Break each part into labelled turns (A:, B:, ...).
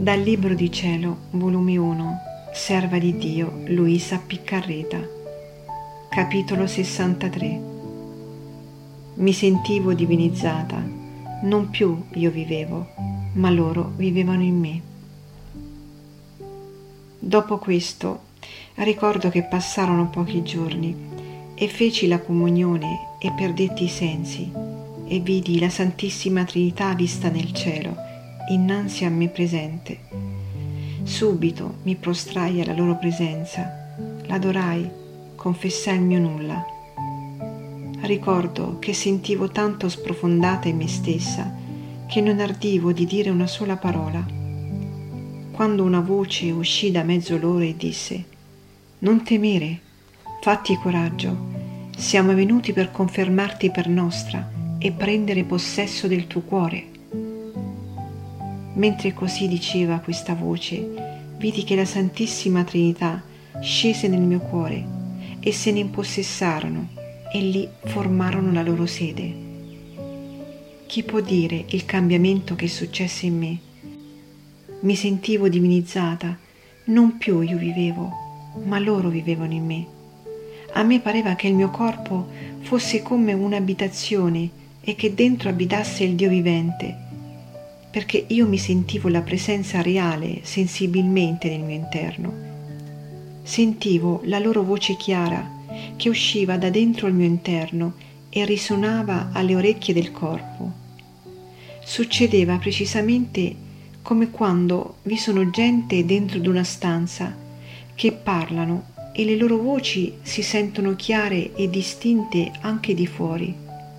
A: Dal Libro di Cielo, volume 1, Serva di Dio, Luisa Piccarreta. Capitolo 63. Mi sentivo divinizzata, non più io vivevo, ma loro vivevano in me. Dopo questo, ricordo che passarono pochi giorni e feci la comunione e perdetti i sensi e vidi la Santissima Trinità vista nel cielo, innanzi a me presente. Subito mi prostrai alla loro presenza, l'adorai, confessai il mio nulla. Ricordo che sentivo tanto sprofondata in me stessa che non ardivo di dire una sola parola. Quando una voce uscì da mezzo loro e disse: «Non temere, fatti coraggio, siamo venuti per confermarti per nostra e prendere possesso del tuo cuore». Mentre così diceva questa voce, vidi che la Santissima Trinità scese nel mio cuore e se ne impossessarono e lì formarono la loro sede. Chi può dire il cambiamento che successe in me? Mi sentivo divinizzata, non più io vivevo, ma loro vivevano in me. A me pareva che il mio corpo fosse come un'abitazione e che dentro abitasse il Dio vivente, perché io mi sentivo la presenza reale sensibilmente nel mio interno. Sentivo la loro voce chiara che usciva da dentro il mio interno e risuonava alle orecchie del corpo. Succedeva precisamente come quando vi sono gente dentro di una stanza che parlano e le loro voci si sentono chiare e distinte anche di fuori.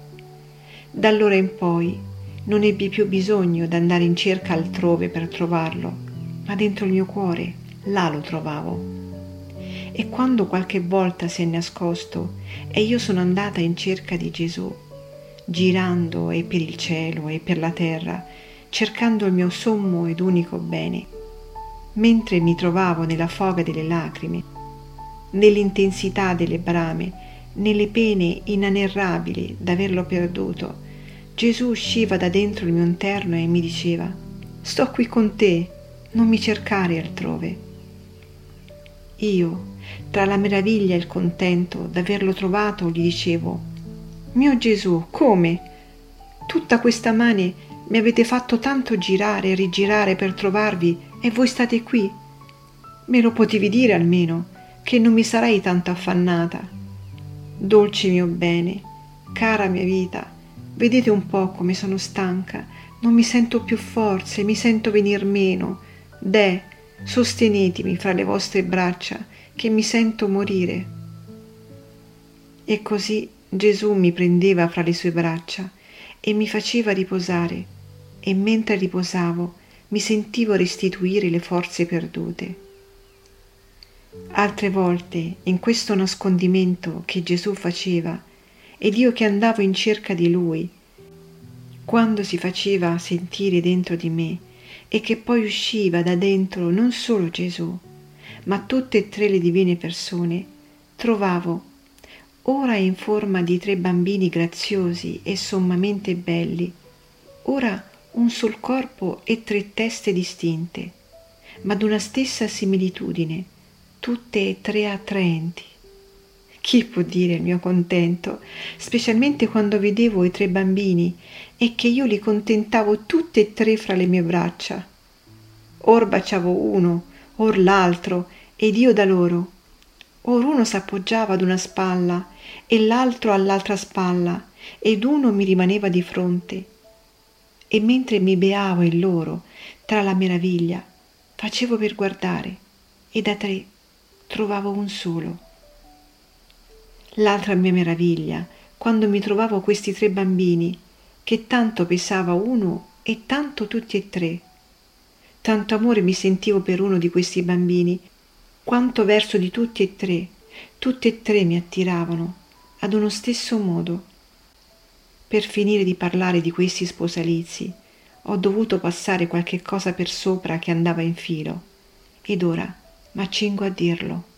A: Da allora in poi non ebbi più bisogno d'andare in cerca altrove per trovarlo, ma dentro il mio cuore, là lo trovavo. E quando qualche volta si è nascosto e io sono andata in cerca di Gesù, girando e per il cielo e per la terra, cercando il mio sommo ed unico bene, mentre mi trovavo nella foga delle lacrime, nell'intensità delle brame, nelle pene inenarrabili d'averlo perduto, Gesù usciva da dentro il mio interno e mi diceva: «Sto qui con te, non mi cercare altrove». Io, tra la meraviglia e il contento d'averlo trovato, gli dicevo: «Mio Gesù, come? Tutta questa mane mi avete fatto tanto girare e rigirare per trovarvi e voi state qui? Me lo potevi dire almeno, che non mi sarei tanto affannata. Dolce mio bene, cara mia vita, vedete un po' come sono stanca, non mi sento più forze, mi sento venir meno. Deh, sostenetemi fra le vostre braccia, che mi sento morire». E così Gesù mi prendeva fra le sue braccia e mi faceva riposare, e mentre riposavo mi sentivo restituire le forze perdute. Altre volte, in questo nascondimento che Gesù faceva, ed io che andavo in cerca di Lui, quando si faceva sentire dentro di me e che poi usciva da dentro non solo Gesù, ma tutte e tre le divine persone, trovavo, ora in forma di 3 bambini graziosi e sommamente belli, ora un sol corpo e 3 teste distinte, ma d'una stessa similitudine, tutte e 3 attraenti. Chi può dire il mio contento, specialmente quando vedevo i 3 bambini e che io li contentavo tutti e 3 fra le mie braccia. Or baciavo uno, or l'altro, ed io da loro. Or uno s'appoggiava ad una spalla e l'altro all'altra spalla, ed uno mi rimaneva di fronte. E mentre mi beavo in loro, tra la meraviglia, facevo per guardare, e da 3 trovavo un solo. L'altra mia meraviglia, quando mi trovavo questi 3 bambini, che tanto pesava uno e tanto tutti e 3. Tanto amore mi sentivo per uno di questi bambini, quanto verso di tutti e 3 mi attiravano, ad uno stesso modo. Per finire di parlare di questi sposalizi, ho dovuto passare qualche cosa per sopra che andava in filo, ed ora m'accingo a dirlo.